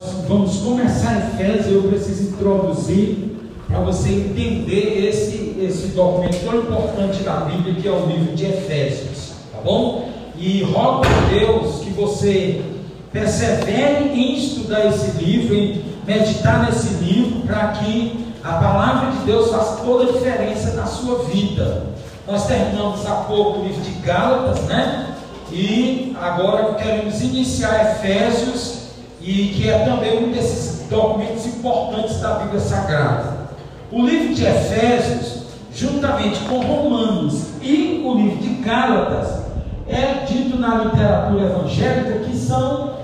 Vamos começar Efésios. Eu preciso introduzir para você entender esse documento tão importante da Bíblia, que é o livro de Efésios, tá bom? E rogo a Deus que você persevere em estudar esse livro, em meditar nesse livro, para que a palavra de Deus faça toda a diferença na sua vida. Nós terminamos há pouco o livro de Gálatas, né? E agora queremos iniciar Efésios, e que é também um desses documentos importantes da Bíblia Sagrada. O livro de Efésios, juntamente com Romanos e o livro de Gálatas, é dito na literatura evangélica que são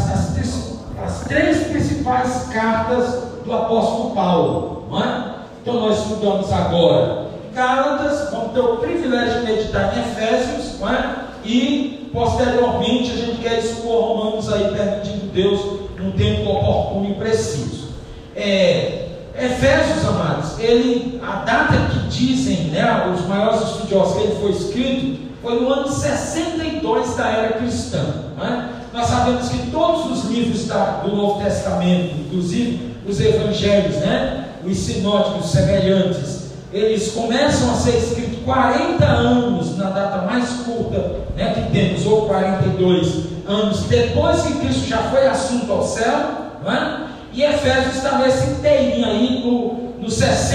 as três principais cartas do apóstolo Paulo, não é? Então nós estudamos agora Gálatas, vamos ter o privilégio de meditar em Efésios, não é? E posteriormente a gente quer expor Romanos aí, permitindo Deus, num tempo oportuno e preciso. Efésios, amados, a data que dizem, né, os maiores estudiosos, que ele foi escrito, foi no ano 62 da era cristã, não é? Nós sabemos que todos os livros do Novo Testamento, inclusive os evangelhos, né, os sinóticos semelhantes, eles começam a ser escritos 40 anos, na data mais curta, né, que temos, ou 42 anos depois que Cristo já foi assunto ao céu, não é? E Efésios está nesse inteirinho aí no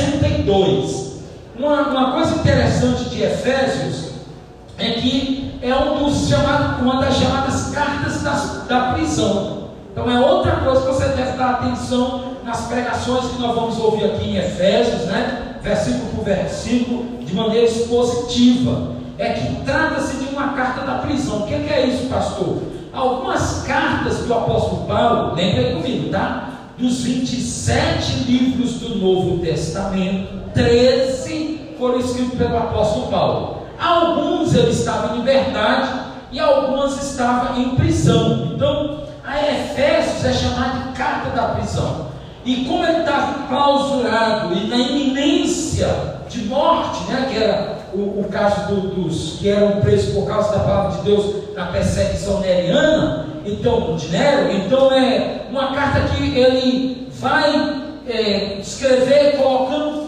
62. Uma coisa interessante de Efésios é que é uma das chamadas cartas da prisão. Então é outra coisa que você deve dar atenção nas pregações que nós vamos ouvir aqui em Efésios, né? Versículo por versículo, de maneira expositiva. É que trata-se de uma carta da prisão. O que é isso, pastor? Algumas cartas do apóstolo Paulo, lembrem comigo, tá? Dos 27 livros do Novo Testamento, 13 foram escritos pelo apóstolo Paulo. Alguns ele estava em liberdade e algumas estavam em prisão. Então, a Efésios é chamada de carta da prisão. E como ele estava clausurado e na iminência de morte, né, que era o caso dos que eram presos por causa da palavra de Deus na perseguição neriana, de Nero, então é uma carta que ele vai escrever colocando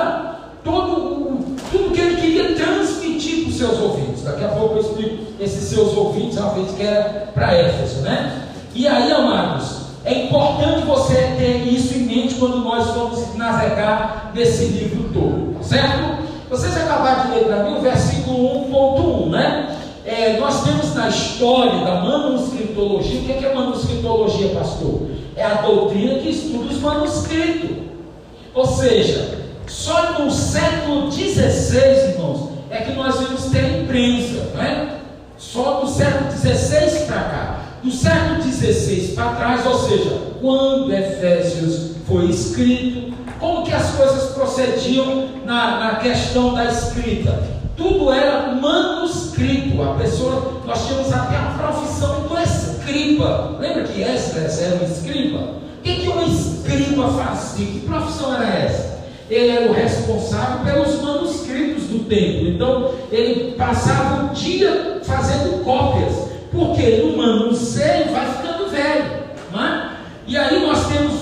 tudo que ele queria transmitir para os seus ouvintes. Daqui a pouco eu explico esses seus ouvintes, uma vez que era para Éfeso, né? E aí, amados, é importante você ter isso em mente quando nós vamos navegar nesse livro todo, certo? Vocês acabaram de ler para mim o versículo 1.1, né? Nós temos na história da manuscritologia. O que é manuscritologia, pastor? É a doutrina que estuda os manuscritos. Ou seja, só no século XVI, irmãos, é que nós vamos ter imprensa, né? Só do século XVI para cá. Do século XVI para trás, ou seja, quando Efésios foi escrito, como que as coisas procediam na questão da escrita? Tudo era manuscrito. Nós tínhamos até a profissão do escriba. Lembra que Esdras era um escriba? O que um escriba fazia? Que profissão era essa? Ele era o responsável pelos manuscritos do templo. Então, ele passava o dia fazendo cópias, porque no manuseio vai ficando velho, não é? E aí nós temos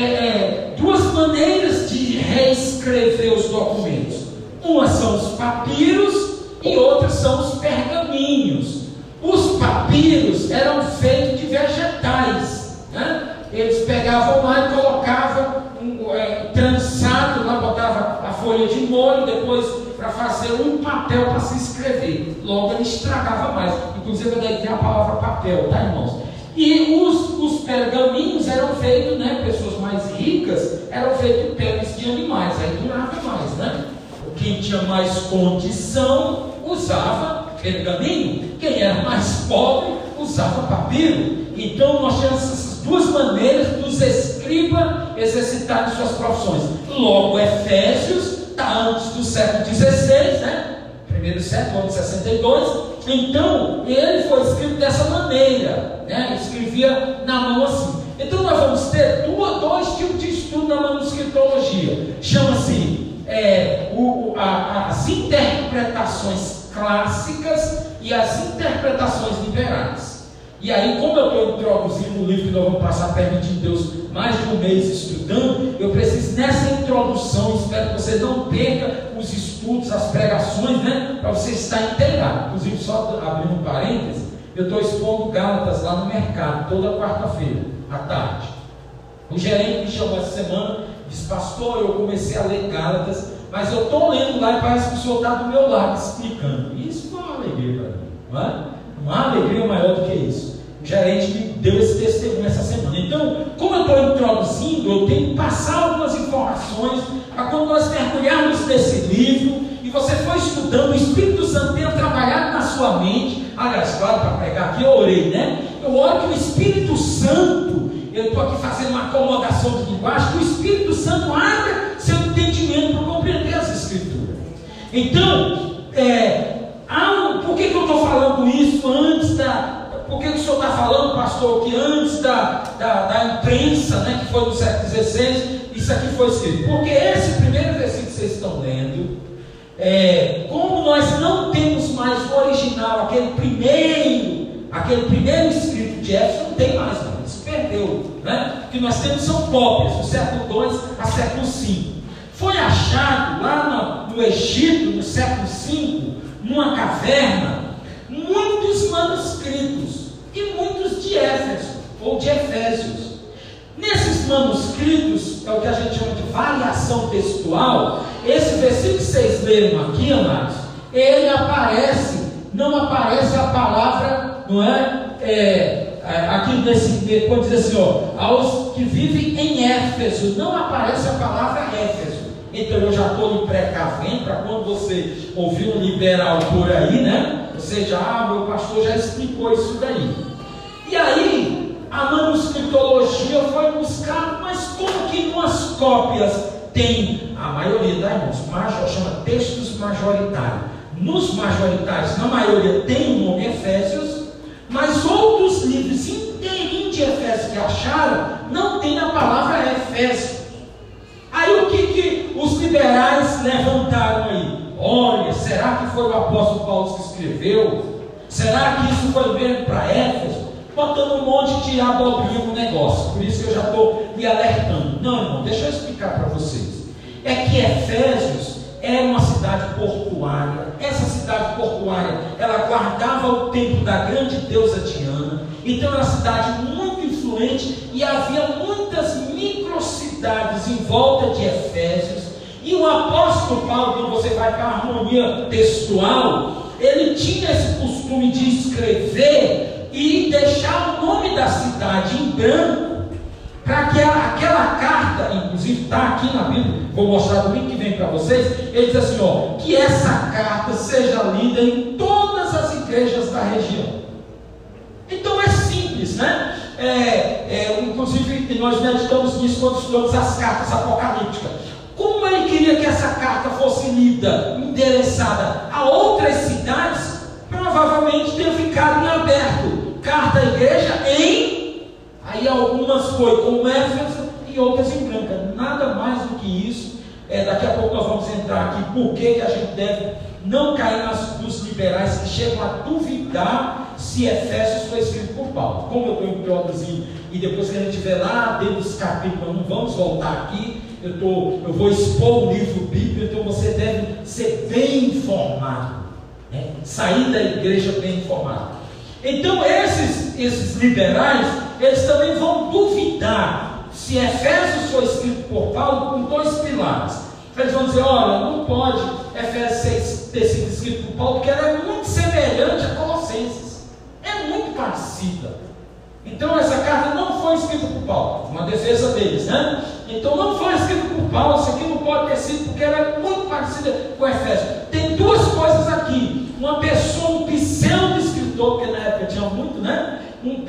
duas maneiras de reescrever os documentos. Umas são os papiros e outras são os pergaminhos. Os papiros eram feitos de vegetais, né? Eles pegavam lá e colocavam trançado, lá botava a folha de molho, depois para fazer um papel para se escrever. Logo ele estragava mais. Inclusive daí tem a palavra papel, tá, irmãos? E os pergaminhos eram feitos, né? Pessoas mais ricas eram feitos de peles de animais, aí durava mais, né? Quem tinha mais condição usava pergaminho, quem era mais pobre usava papiro. Então nós temos essas duas maneiras dos escribas exercitarem suas profissões. Logo, Efésios está antes do século XVI, né? Primeiro século, ano 62. Então ele foi escrito dessa maneira, né? Escrevia na mão assim. Então nós vamos ter dois tipos de estudo na manuscritologia. Chama-se as interpretações clássicas e as interpretações liberais. E aí, como eu estou introduzindo o livro que nós vamos passar, permitindo Deus, mais de um mês estudando, eu preciso nessa introdução, espero que você não perca os estudos, as pregações, né? Para você estar inteirado. Inclusive, só abrindo um parêntese, eu estou expondo Gálatas lá no mercado, toda quarta-feira, à tarde. O gerente me chamou essa semana, disse: pastor, eu comecei a ler Gálatas, mas eu estou lendo lá e parece que o senhor está do meu lado explicando. Isso foi uma alegria para mim, não é? Não há alegria maior do que isso. O gerente me deu esse testemunho essa semana. Então, como eu estou introduzindo, eu tenho que passar algumas informações para quando nós mergulharmos nesse livro e você for estudando, o Espírito Santo tenha trabalhado na sua mente. Aliás, claro, para pregar aqui eu orei, né? Eu oro que o Espírito Santo, eu estou aqui fazendo uma acomodação de linguagem, que o Espírito Santo abra seu entendimento para compreender as Escrituras. Então, por que eu estou falando isso antes por que o senhor está falando, pastor, que antes da imprensa, né, que foi no século XVI, isso aqui foi escrito? Porque esse primeiro versículo que vocês estão lendo, como nós não temos mais o original, aquele primeiro escrito de Éfeso, não tem mais, não, isso perdeu, né? O que nós temos são cópias, do século II a século V. Foi achado lá no Egito, no século V, numa caverna, muitos manuscritos, e muitos de Éfeso, ou de Efésios. Nesses manuscritos, é o que a gente chama de variação textual. Esse versículo que vocês leram aqui, amados, ele não aparece a palavra, não é? Aqui quando diz assim, ó, aos que vivem em Éfeso, não aparece a palavra Éfeso. Então eu já estou lhe precavendo para quando você ouvir um liberal por aí, né? Você meu pastor já explicou isso daí. E aí, a manuscritologia foi buscar, mas como que umas cópias tem, a maioria, irmãos, chama textos majoritários. Nos majoritários, na maioria, tem o nome Efésios, mas outros livros inteirinhos de Efésios que acharam, não tem a palavra Efésio. Aí o que os liberais levantaram aí? Olha, será que foi o apóstolo Paulo que escreveu? Será que isso foi mesmo para Éfeso? Botando um monte de abobrinha no negócio. Por isso que eu já estou me alertando. Não, irmão, deixa eu explicar para vocês. É que Efésios era uma cidade portuária. Essa cidade portuária, ela guardava o templo da grande deusa Diana. Então era uma cidade muito influente e havia muitas microcidades em volta de Efésios. E o apóstolo Paulo, quando você vai para a harmonia textual, ele tinha esse costume de escrever e deixar o nome da cidade em branco, para que aquela carta, inclusive está aqui na Bíblia, vou mostrar domingo que vem para vocês, ele diz assim, que essa carta seja lida em todas as igrejas da região. Então é simples, né? Inclusive nós meditamos nisso quando estudamos as cartas apocalípticas. Como ele queria que essa carta fosse lida, endereçada a outras cidades, provavelmente teria ficado em aberto. Carta à igreja aí algumas foi com Éfeso e outras em branca. Nada mais do que isso. Daqui a pouco nós vamos entrar aqui por que a gente deve não cair dos liberais que chegam a duvidar se Efésios foi escrito por Paulo. Como eu estou introduzindo, e depois que a gente vê lá dentro dos capítulos, não vamos voltar aqui. Eu vou expor o livro bíblico, então você deve ser bem informado, né? Sair da igreja bem informado. Então esses liberais, eles também vão duvidar se Efésios foi escrito por Paulo com dois pilares. Eles vão dizer, olha, não pode Efésios ter sido escrito por Paulo, porque ela é muito semelhante a Colossenses, é muito parecida. Então essa carta não foi escrita por Paulo, uma defesa deles, né? Então não foi escrita por Paulo, isso aqui não pode ter sido, porque ela é muito parecida com Efésios. Tem duas coisas aqui, uma pessoa, um pseudo-escritor, porque na época tinha muito, né? Um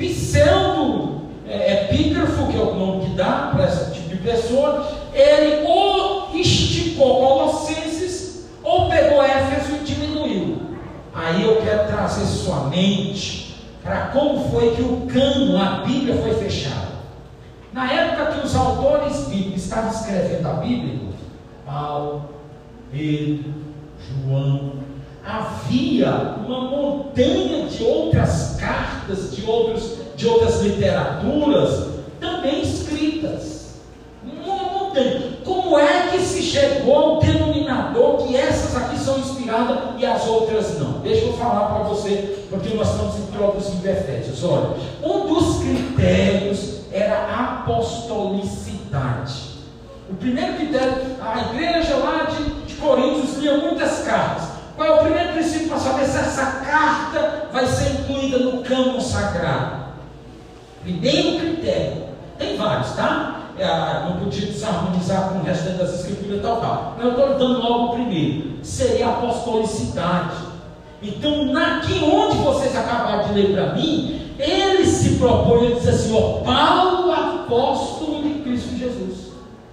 pseudo-epígrafo, que é o nome que dá para esse tipo de pessoa, ele ou esticou Colossenses, ou pegou Éfeso e diminuiu. Aí eu quero trazer sua mente para como foi que o cânon, a Bíblia, foi fechada. Na época que os autores bíblicos estavam escrevendo a Bíblia, Paulo, Pedro, João, havia uma montanha de outras cartas, de outras literaturas também escritas. Uma montanha. Como é que se chegou ao denominador que essas aqui são inspiradas e as outras não? Deixa eu falar para você, porque nós estamos introduzindo Efésios. Olha, um dos critérios era a apostolicidade. O primeiro critério, a igreja lá de Coríntios lia muitas cartas. Qual é o primeiro princípio para saber se essa carta vai ser incluída no cânon sagrado? Primeiro critério, tem vários, tá? Não podia desarmonizar com o restante das escrituras e tal. Mas eu estou dando logo o primeiro, seria a apostolicidade. Então, aqui onde vocês acabaram de ler para mim, ele se propõe, ele diz assim, ó, Paulo, apóstolo de Cristo Jesus.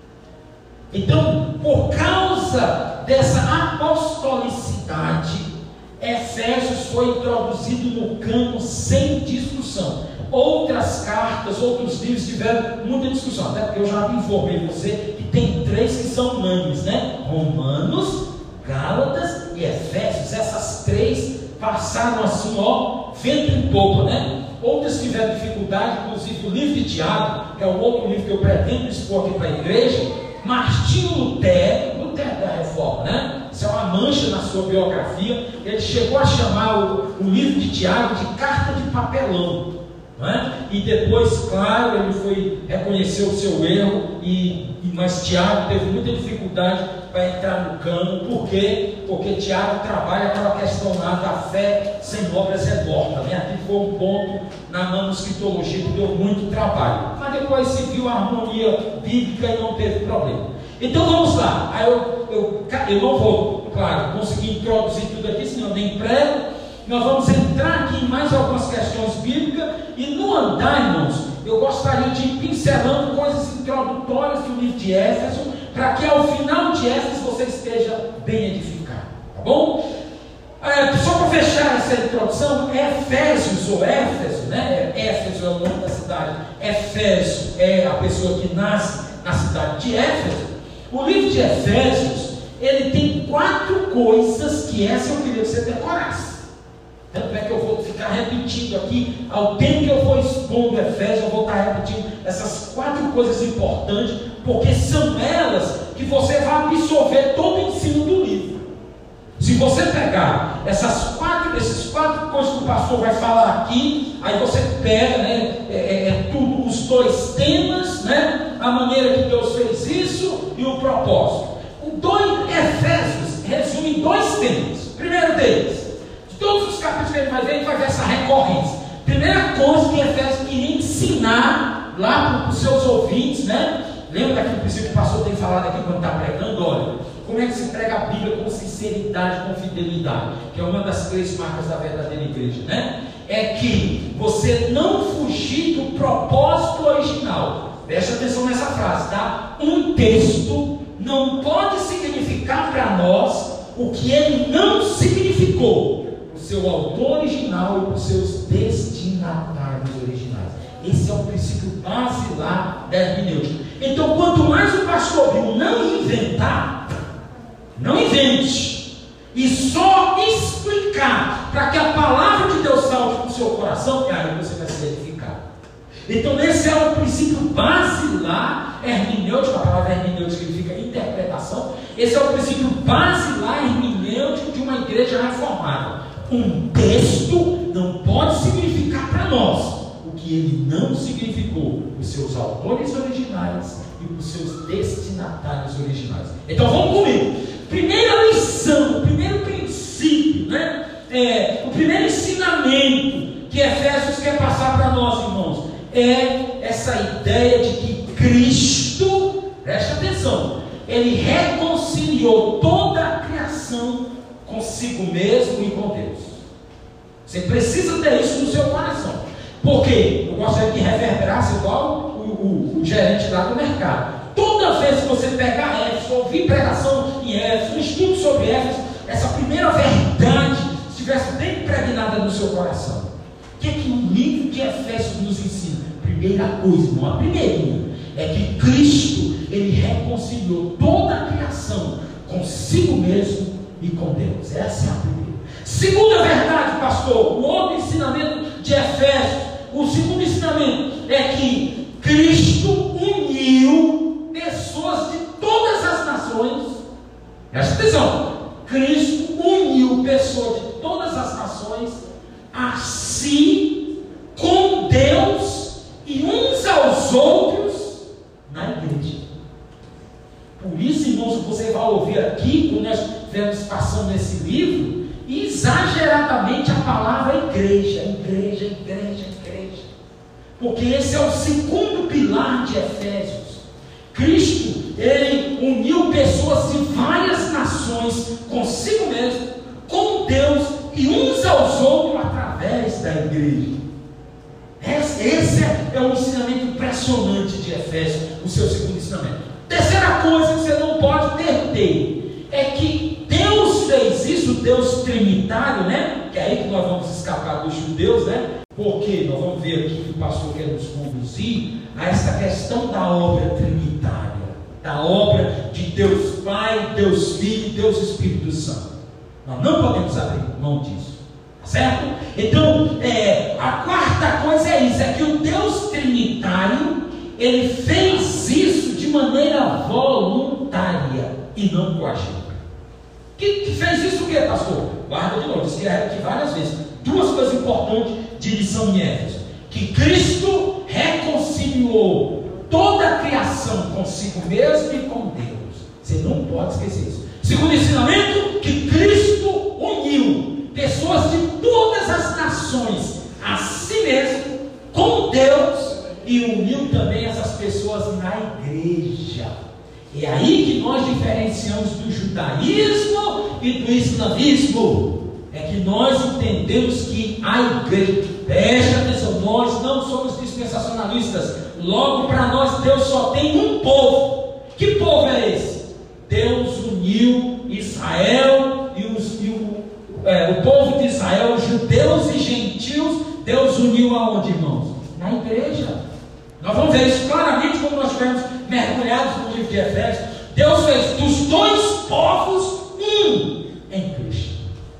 Então, por causa dessa apostolicidade, Efésios foi introduzido no cânon sem discussão. Outras cartas, outros livros tiveram muita discussão, até porque eu já informei você que tem 3 que são unânimes, né? Romanos, Gálatas e Efésios. Essas 3 passaram assim, ó, vento em popa, né? Outras tiveram dificuldade, inclusive o livro de Tiago, que é o outro livro que eu pretendo expor aqui para a igreja. Martinho Lutero da Reforma, né? Isso é uma mancha na sua biografia. Ele chegou a chamar o livro de Tiago de carta de papelão, não é? E depois, claro, ele reconheceu o seu erro, mas Tiago teve muita dificuldade para entrar no cânon. Por quê? Porque Tiago trabalha aquela questão lá da fé sem obras é morta, né? Aqui foi um ponto na manuscritologia que deu muito trabalho, mas depois se viu a harmonia bíblica e não teve problema. Então vamos lá. Aí eu não vou, claro, conseguir introduzir tudo aqui, senão eu nem prego. Nós vamos entrar aqui em mais algumas questões bíblicas, e no andar, irmãos, eu gostaria de ir pincelando coisas introdutórias do livro de Éfeso, para que ao final de Éfeso você esteja bem edificado, tá bom? Só para fechar essa introdução, Efésios ou Éfeso, né? Éfeso é o nome da cidade, Efésio é a pessoa que nasce na cidade de Éfeso. O livro de Efésios, ele tem 4 coisas que essa eu queria que você decorasse. Tanto é que eu vou ficar repetindo aqui, ao tempo que eu for expondo Efésios, eu vou estar repetindo essas 4 coisas importantes, porque são elas que você vai absorver todo o ensino do livro. Se você pegar esses 4 coisas que o pastor vai falar aqui, aí você pega, né, tudo, os 2 temas, né, a maneira que Deus fez isso e o propósito. Efésios resume 2 temas. Primeiro deles, todos os capítulos que ele vai ver, ele vai ver essa recorrência. Primeira coisa que Efésios queria ensinar lá para os seus ouvintes, né? Lembra daquele princípio que o pastor tem falado aqui quando está pregando? Olha, como é que se prega a Bíblia com sinceridade, com fidelidade, que é uma das 3 marcas da verdadeira igreja, né? É que você não fugir do propósito original. Preste atenção nessa frase, tá? Um texto não pode significar para nós o que ele não significou. Seu autor original e para os seus destinatários originais. Esse é o princípio basilar da hermenêutica. Então, quanto mais o pastor viu não inventar, não invente, e só explicar para que a palavra de Deus salte para o seu coração, e aí você vai ser edificado. Então, esse é o princípio basilar hermenêutico. A palavra hermenêutica significa interpretação. Esse é o princípio basilar hermenêutico de uma igreja reformada. Um texto não pode significar para nós o que ele não significou para os seus autores originais e para os seus destinatários originais. Então vamos comigo. Primeira lição, o primeiro princípio, né? O primeiro ensinamento que Efésios quer passar para nós, irmãos, é essa ideia de que Cristo, preste atenção, ele reconciliou toda a criação consigo mesmo e com Deus. Você precisa ter isso no seu coração. Porque eu gostaria que reverberasse igual o gerente lá do mercado. Toda vez que você pegar Éfeso, ouvir pregação em Éfeso, um estudo sobre Éfeso, essa primeira verdade estivesse bem impregnada no seu coração. O que é que o livro de Efésios nos ensina? Primeira coisa, não a primeira, é que Cristo, ele reconciliou toda a criação consigo mesmo e com Deus. Essa é a primeira. Segunda verdade, pastor, o outro ensinamento de Efésios, o segundo ensinamento é que Cristo uniu pessoas de todas as nações. Presta atenção, Cristo uniu pessoas de todas as nações a si com Deus e uns aos outros na igreja. Por isso, irmãos, você vai ouvir aqui, quando nós estivermos passando esse livro, exageradamente a palavra igreja, igreja, igreja, igreja, porque esse é o segundo pilar de Efésios. Cristo, ele uniu pessoas de várias nações consigo mesmo, com Deus e uns aos outros através da igreja. Esse é um ensinamento impressionante de Efésios, o seu segundo ensinamento. Terceira coisa que você não pode perder é que Deus fez isso, Deus trinitário, né? Que é aí que nós vamos escapar dos judeus, né? Porque nós vamos ver aqui que o pastor quer nos conduzir a essa questão da obra trinitária, da obra de Deus Pai, Deus Filho, Deus Espírito Santo. Nós não podemos abrir mão disso, certo? Então, a quarta coisa é isso, é que o Deus trinitário, ele fez isso de maneira voluntária e não coagiva. Que fez isso o que, pastor? Guarda de novo, disse que aqui várias vezes. Duas coisas importantes de lição em Éfeso: que Cristo reconciliou toda a criação consigo mesmo e com Deus. Você não pode esquecer isso. Segundo ensinamento, que Cristo uniu pessoas de todas as nações a si mesmo com Deus e uniu também essas pessoas na igreja. É aí que nós diferenciamos do judaísmo e do islamismo. É que nós entendemos que a igreja, preste atenção, nós não somos dispensacionalistas. Logo, para nós Deus só tem um povo. Que povo é esse? Deus uniu Israel e o povo de Israel, judeus e gentios. Deus uniu aonde, irmãos? Na igreja. Nós vamos ver isso claramente quando nós estivermos mergulhados no livro de Efésios. Deus fez dos dois povos um em Cristo.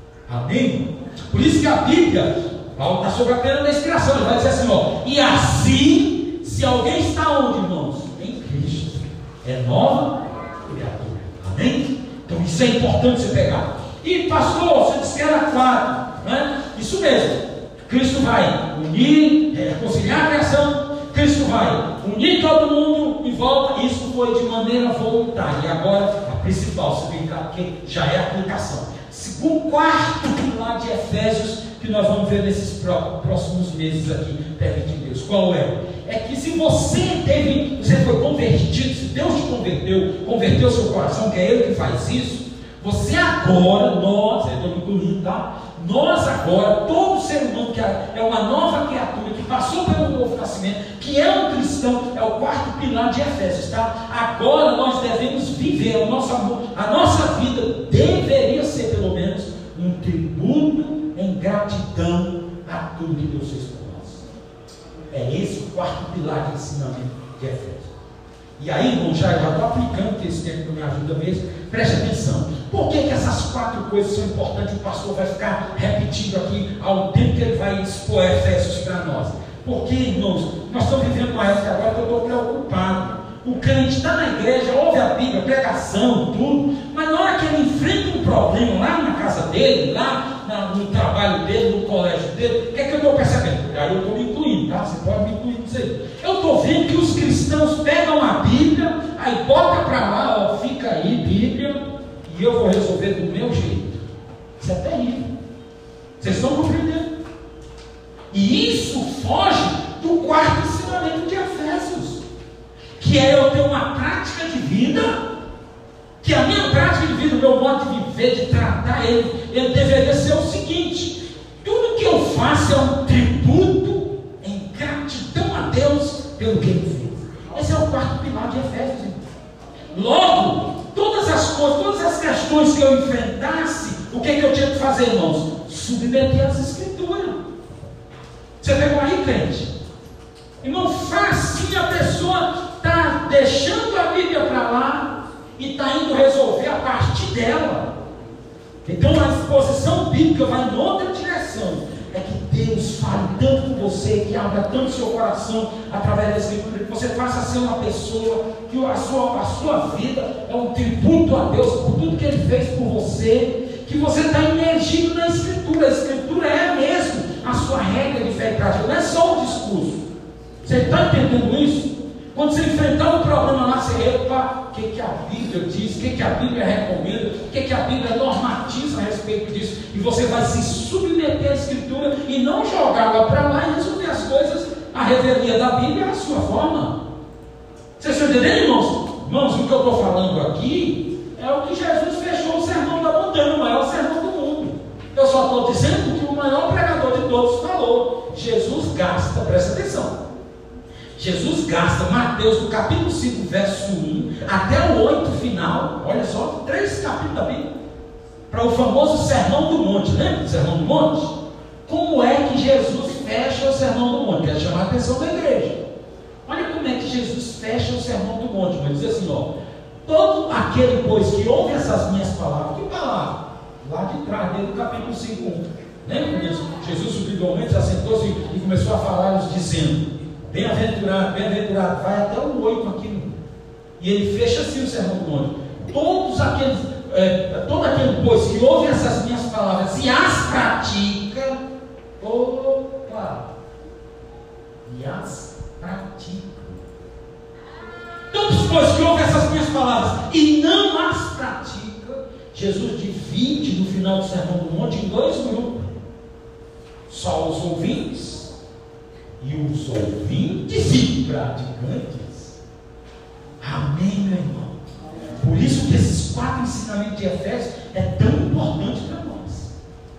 Amém? Por isso que a Bíblia, Paulo está sob a pena da inspiração, ele vai dizer assim, ó: e assim, se alguém está onde, irmãos? Em Cristo, é nova criatura. Amém? Então isso é importante você pegar. E pastor, você disse que era 4, né? Isso mesmo. Cristo vai unir, reconciliar a criação. Cristo vai unir todo mundo em volta. Isso foi de maneira voluntária. E agora a principal, que já é a aplicação. Segundo, quarto pilar de Efésios, que nós vamos ver nesses próximos meses aqui, perto de Deus. Qual é? É que se você foi convertido, se Deus te converteu seu coração, que é Ele que faz isso, você agora, nós, eu estou me incluindo, tá? Nós agora, todo ser humano que é uma nova criatura, que passou pelo novo nascimento, que é um cristão, é o quarto pilar de Efésios, tá? Agora nós devemos viver, o nosso amor, a nossa vida deveria ser pelo menos um tributo em gratidão a tudo que Deus fez por nós. É esse o quarto pilar de ensinamento de Efésios. E aí, irmão, já estou aplicando, porque esse tempo me ajuda mesmo. Preste atenção. Por que essas 4 coisas são importantes? O pastor vai ficar repetindo aqui ao tempo que ele vai expor Efésios para nós. Porque, irmãos, nós estamos vivendo uma época agora que eu estou preocupado. O crente está na igreja, ouve a Bíblia, pregação, tudo, mas na hora que ele enfrenta um problema lá na casa dele, lá no trabalho dele, no colégio dele, o que é que eu estou percebendo? Aí eu estou me incluindo, tá? Você pode me incluir nisso aí. Eu estou vendo que os cristãos pegam a Bíblia, aí bota para lá, ó, fica aí, Bíblia, e eu vou resolver do meu jeito. Isso é terrível. Vocês estão compreendendo? E isso foge do quarto ensinamento de Efésios, que é eu ter uma prática de vida, que a minha prática de vida, o meu modo de viver, de tratar ele deveria ser o seguinte: tudo que eu faço é um tributo em gratidão a Deus pelo que Ele fez. Esse é o quarto pilar de Efésios. Logo, todas as coisas, todas as questões que eu enfrentasse, o que eu tinha que fazer, irmãos? Submeter às Escrituras. Você pegou aí, crente? Irmão, facinho, a pessoa está deixando a Bíblia para lá e está indo resolver a partir dela. Então a exposição bíblica vai em outra direção. É que Deus fale tanto com você, que abra tanto seu coração através da Escritura, que você faça ser uma pessoa, que a sua vida é um tributo a Deus por tudo que Ele fez por você, que você está imergido na Escritura. A Escritura é mesmo a sua regra de fé e prática, não é só um discurso. Você está entendendo isso? Quando você enfrentar um problema lá, você epa, o que a Bíblia diz, o que a Bíblia recomenda, o que a Bíblia normatiza a respeito disso, e você vai se submeter à Escritura e não jogar lá para lá e resolver as coisas, a revelia da Bíblia é a sua forma. Vocês estão entendendo, irmãos? Irmãos, o que eu estou falando aqui é o que Jesus fechou o sermão da montanha, o maior sermão do mundo. Eu só estou dizendo que o maior pregador de todos falou. Jesus gasta, presta atenção. Jesus gasta Mateus do capítulo 5, verso 1 até o 8 final, olha só, 3 capítulos da Bíblia, para o famoso Sermão do Monte. Lembra do Sermão do Monte? Como é que Jesus fecha o Sermão do Monte? Quer chamar a atenção da igreja. Olha como é que Jesus fecha o Sermão do Monte. Ele diz assim, ó: todo aquele, pois, que ouve essas minhas palavras. Que palavra? Lá de trás, dentro do capítulo 5, 1. Lembra disso? Jesus subiu do monte, assentou-se e começou a falar, dizendo: bem-aventurado, bem-aventurado, vai até o 8 aqui. E ele fecha assim o Sermão do Monte. Todo aquele, pois, que ouve essas minhas palavras e as pratica, opa, e as pratica. Todos, pois, que ouvem essas minhas palavras e não as pratica, Jesus divide no final do Sermão do Monte em 2 grupos: só os ouvintes e os ouvintes e praticantes. Amém, meu irmão? Por isso que esses 4 ensinamentos de Efésios é tão importante para nós.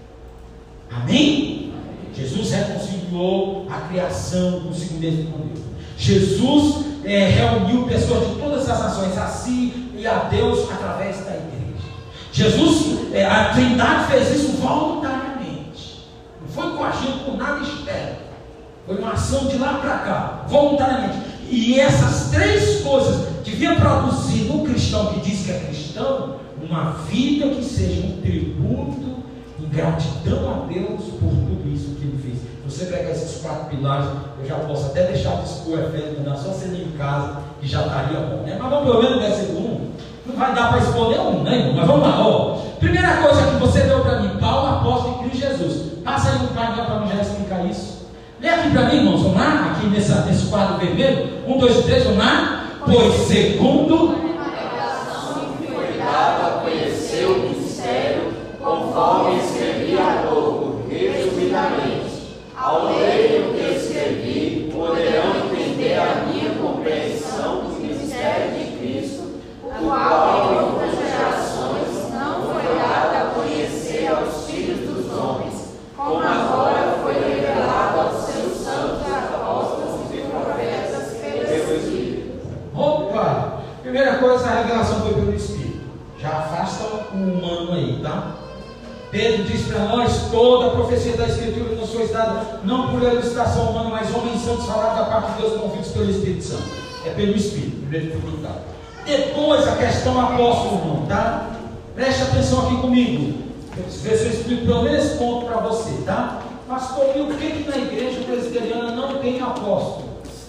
Amém? Jesus reconciliou a criação consigo mesmo com Deus. Jesus reuniu pessoas de todas as nações a si e a Deus através da igreja. Jesus, a Trindade fez isso voluntariamente. Não foi coagido por nada externo. Foi uma ação de lá para cá, voluntariamente. E essas 3 coisas deviam produzir no cristão que diz que é cristão uma vida que seja um tributo em gratidão a Deus por tudo isso que Ele fez. Você pegar esses 4 pilares, eu já posso até deixar de expor Efésios, mandar só ser em casa, que já estaria bom, né? Mas vamos pelo menos no versículo 1. Não vai dar para expor nenhum, né, irmão? Mas vamos lá, ó. Primeira coisa que você deu para mim: Paulo, apóstolo de Cristo Jesus. Passa aí no painel para mim já explicar isso. Lê aqui para mim, irmãos, vamos lá, aqui nesse quadro vermelho, 1, 2 e 3, vamos lá? Pois segundo a revelação que foi dada a conhecer o mistério, conforme escrevi há pouco, resumidamente. Ao lerem o que escrevi, poderão entender a minha compreensão do mistério de Cristo, o qual em outras gerações não foi dado a conhecer aos filhos dos homens, como agora foi revelado aos seus santos apóstolos e profetas pelo Espírito. Opa! Primeira coisa, a revelação foi pelo Espírito. Já afasta o humano aí, tá? Pedro diz para nós: toda a profecia da Escritura nos foi dada não por elucidação humana, mas homens santos falaram da parte de Deus, convidados pelo Espírito Santo. É pelo Espírito, primeiro dificuldade. Depois a questão apóstolo, irmão, tá? Preste atenção aqui comigo. Ver se eu explico pelo menos esse ponto para você, tá? Pastor, e o que na igreja presbiteriana não tem apóstolo?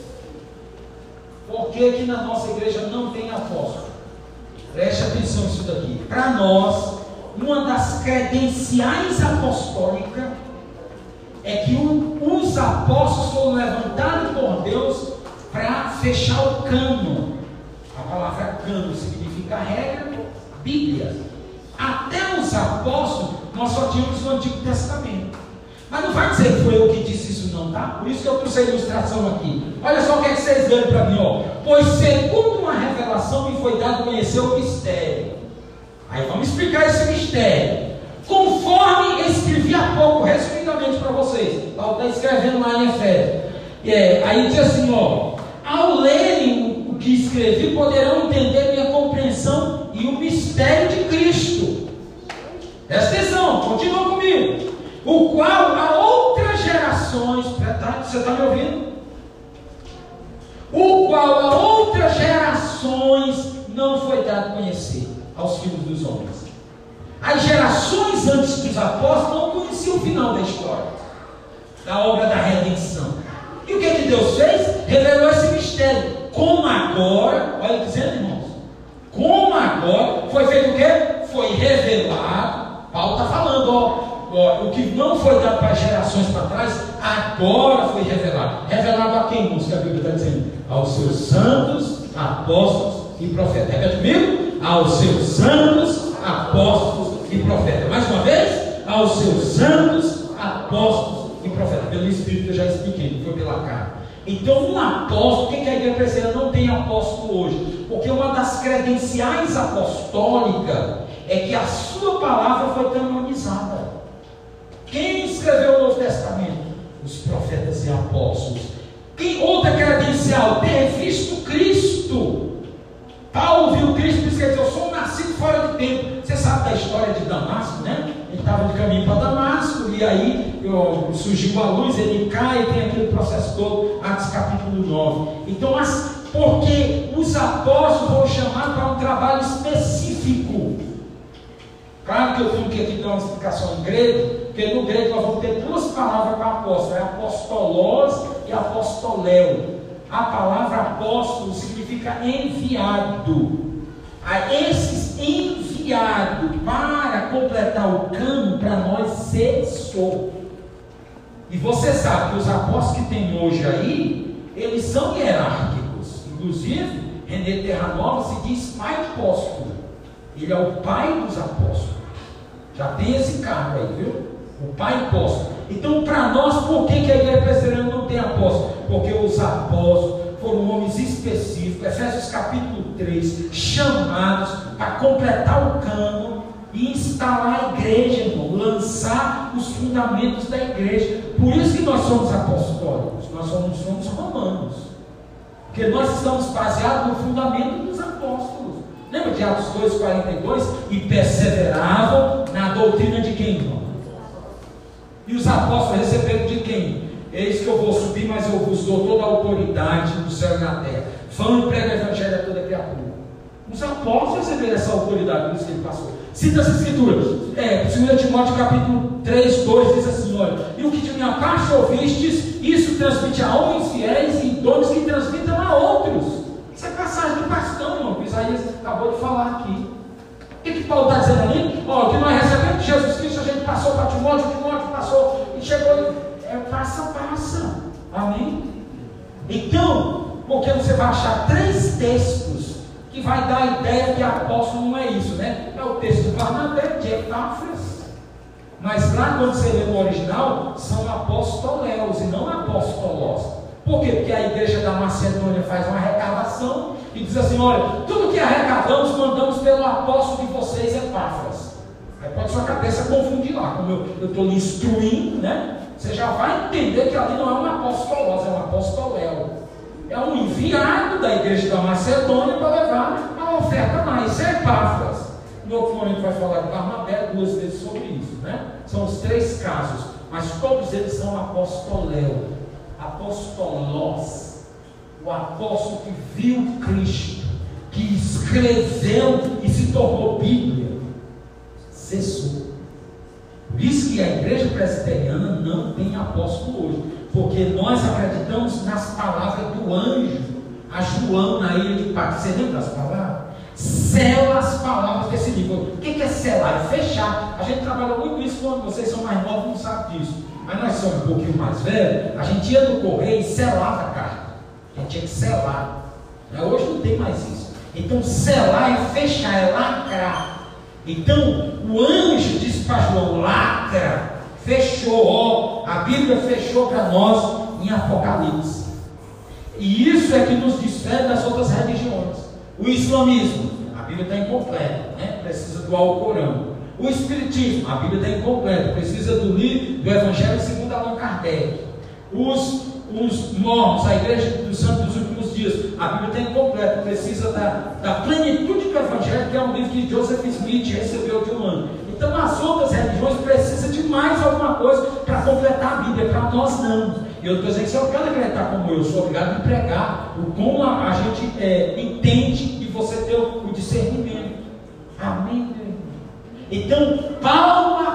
Por que na nossa igreja não tem apóstolo? Preste atenção nisso daqui. Para nós, uma das credenciais apostólicas é que os apóstolos foram levantados por Deus para fechar o cânon. A palavra cânon significa regra, Bíblia. Até os apóstolos nós só tínhamos no Antigo Testamento. Mas não vai dizer que foi eu que disse isso não, tá? Por isso que eu trouxe a ilustração aqui. Olha só o que é que vocês leram para mim, ó. Pois segundo uma revelação me foi dado conhecer o mistério. Aí vamos explicar esse mistério. Conforme escrevi há pouco, resumidamente para vocês. Paulo está escrevendo lá em Efésios. Aí diz assim, ó: ao lerem o que escrevi, poderão entender minha compreensão e o mistério de Cristo. Presta atenção, continua comigo. O qual a outras gerações, você está me ouvindo? O qual a outras gerações não foi dado conhecer aos filhos dos homens. As gerações os apóstolos não conheciam o final da história, da obra da redenção. E o que Deus fez? Revelou esse mistério. Como agora, olha dizendo, irmãos, como agora foi feito o quê? Foi revelado. Paulo está falando, o que não foi dado para gerações para trás, agora foi revelado. Revelado a quem, irmãos? Que a Bíblia está dizendo? Aos seus santos, apóstolos e profetas. Repete comigo? Aos seus santos, apóstolos e profetas. Mais uma vez, aos seus santos, apóstolos e profetas. Pelo Espírito eu já expliquei, não foi pela carne. Então, um apóstolo, por que a igreja presbiteriana não tem apóstolo hoje? Porque uma das credenciais apostólicas é que a sua palavra foi canonizada. Quem escreveu o Novo Testamento? Os profetas e apóstolos. Outra credencial, ter visto Cristo. Paulo viu Cristo, diz que ele disse: eu sou um nascido fora de tempo. Você sabe da história de Damasco, né? Ele estava de caminho para Damasco, e aí surgiu a luz, ele cai, tem aquele processo todo, Atos capítulo 9. Então, porque os apóstolos vão chamar para um trabalho específico. Claro que eu tenho que aqui dar uma explicação em grego, porque no grego nós vamos ter duas palavras para apóstolo, é apostolos e apostoléu. A palavra apóstolo significa enviado. A esses enviados para completar o cano, para nós cessou. E você sabe que os apóstolos que tem hoje aí, eles são hierárquicos. Inclusive, René Terranova se diz pai apóstolo. Ele é o pai dos apóstolos. Já tem esse cargo aí, viu? O pai apóstolo. Então, para nós, por que a igreja presbiteriana não tem apóstolo? Porque os apóstolos foram homens específicos, Efésios capítulo 3, chamados para completar o cano e instalar a igreja, irmão, lançar os fundamentos da igreja. Por isso que nós somos apostólicos, nós somos romanos, porque nós estamos baseados no fundamento dos apóstolos. Lembra de Atos 2,42? E perseveravam na doutrina de quem, irmão? E os apóstolos receberam de quem? Eis que eu vou subir, mas eu vos dou toda a autoridade do céu e na terra. Vão e prega o evangelho a toda criatura. Os apóstolos receberam essa autoridade, por isso que ele passou. Cita essa escritura. 2 Timóteo capítulo 3, 2 diz assim: olha, e o que de minha parte ouvistes, isso transmite a homens fiéis e idôneos que transmitam a outros. Isso é passagem do pastor, irmão, que Isaías acabou de falar aqui. O que Paulo está dizendo ali? Ó, que nós recebemos de Jesus Cristo, a gente passou para Timóteo passou e chegou. Passa. Amém? Então, porque você vai achar 3 textos que vai dar a ideia que apóstolo não é isso, né? É o texto do Barnabé, de Epáfras. Mas lá, quando você lê no original, são apostoléus e não apóstolos. Por quê? Porque a igreja da Macedônia faz uma arrecadação e diz assim: olha, tudo que arrecadamos, mandamos pelo apóstolo de vocês, Epáfras. Aí pode sua cabeça confundir lá, como eu estou lhe instruindo, né? Você já vai entender que ali não é um apostolós, é um apostoléu. É um enviado da igreja da Macedônia para levar a oferta mais. Isso é Epáfras. No outro momento vai falar de Barnabé 2 vezes sobre isso, né? São os 3 casos, mas todos eles são apostoléu. Apostolós, o apóstolo que viu Cristo, que escreveu e se tornou Bíblia, cessou. Por isso que a igreja presbiteriana não tem apóstolo hoje, porque nós acreditamos nas palavras do anjo a João na ilha de Patmos. Você lembra das palavras? Sela as palavras desse livro. O que é selar? É fechar. A gente trabalha muito isso quando vocês são mais novos, não sabem disso. Mas nós somos um pouquinho mais velhos. A gente ia no correio e selava a carta. A gente tinha que selar. Hoje não tem mais isso. Então selar é fechar, é lacrar. Então o anjo disse para João: lacra, fechou. A Bíblia fechou para nós em Apocalipse. E isso é que nos difere das outras religiões. O islamismo, a Bíblia está incompleta, né? Precisa do Alcorão. O espiritismo, a Bíblia está incompleta, precisa do Evangelho segundo Allan Kardec. Os mormons, a igreja dos santos dos últimos dias, a Bíblia está incompleta, precisa da plenitude do Evangelho, que é um livro que Joseph Smith recebeu de um ano. Então as outras religiões precisam de mais alguma coisa para completar a Bíblia, para nós não. E eu estou dizendo que se eu quero acreditar como eu sou obrigado a pregar como a gente entende, e você ter o discernimento. Amém? Então Paulo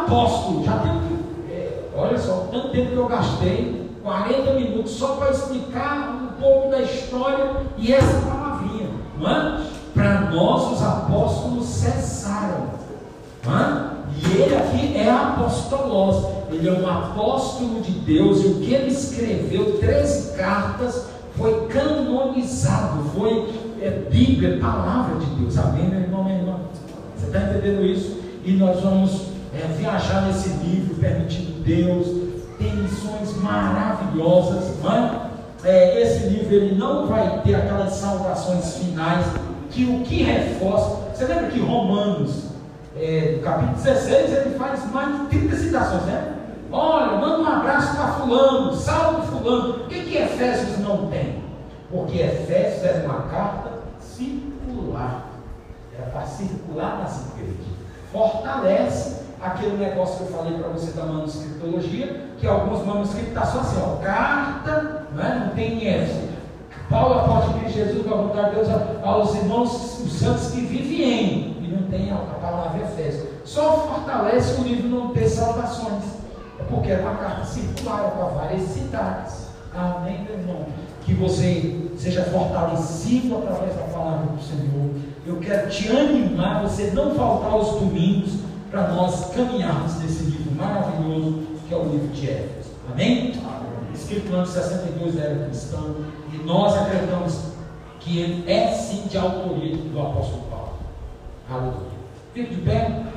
apóstolo. Já tem, olha só, tanto tempo que eu gastei, 40 minutos só para explicar um pouco da história e essa palavrinha, não é? Para nós os apóstolos cessaram, não é? E ele aqui é apostolós, ele é um apóstolo de Deus, e o que ele escreveu, 13 cartas, foi canonizado, foi Bíblia, palavra de Deus. Amém, meu irmão, minha irmã? Você está entendendo isso? E nós vamos viajar nesse livro, permitindo Deus. Tem lições maravilhosas, não é? Esse livro ele não vai ter aquelas saudações finais que o que reforça. Você lembra que Romanos, no capítulo 16, ele faz mais de 30 citações, né? Olha, manda um abraço para fulano, salve fulano. Por que Efésios não tem? Porque Efésios é uma carta circular. Era para circular nas igrejas. Fortalece aquele negócio que eu falei para você da manuscritologia, que alguns manuscritos estão só assim, ó, carta, não tem F. Paulo, apóstolo de Jesus, com a vontade de Deus, aos irmãos, os santos que vivem em, e não tem a palavra Efésios. Só fortalece o livro não ter saudações. É porque é uma carta circular, para várias cidades. Amém, meu irmão? Que você seja fortalecido através da palavra do Senhor. Eu quero te animar, você não faltar aos domingos, para nós caminharmos nesse livro maravilhoso, que é o livro de Éfeso. Amém? Escrito no ano 62 da era cristã, e nós acreditamos que ele é sim de autoria do apóstolo Paulo. Aleluia. Fique de pé.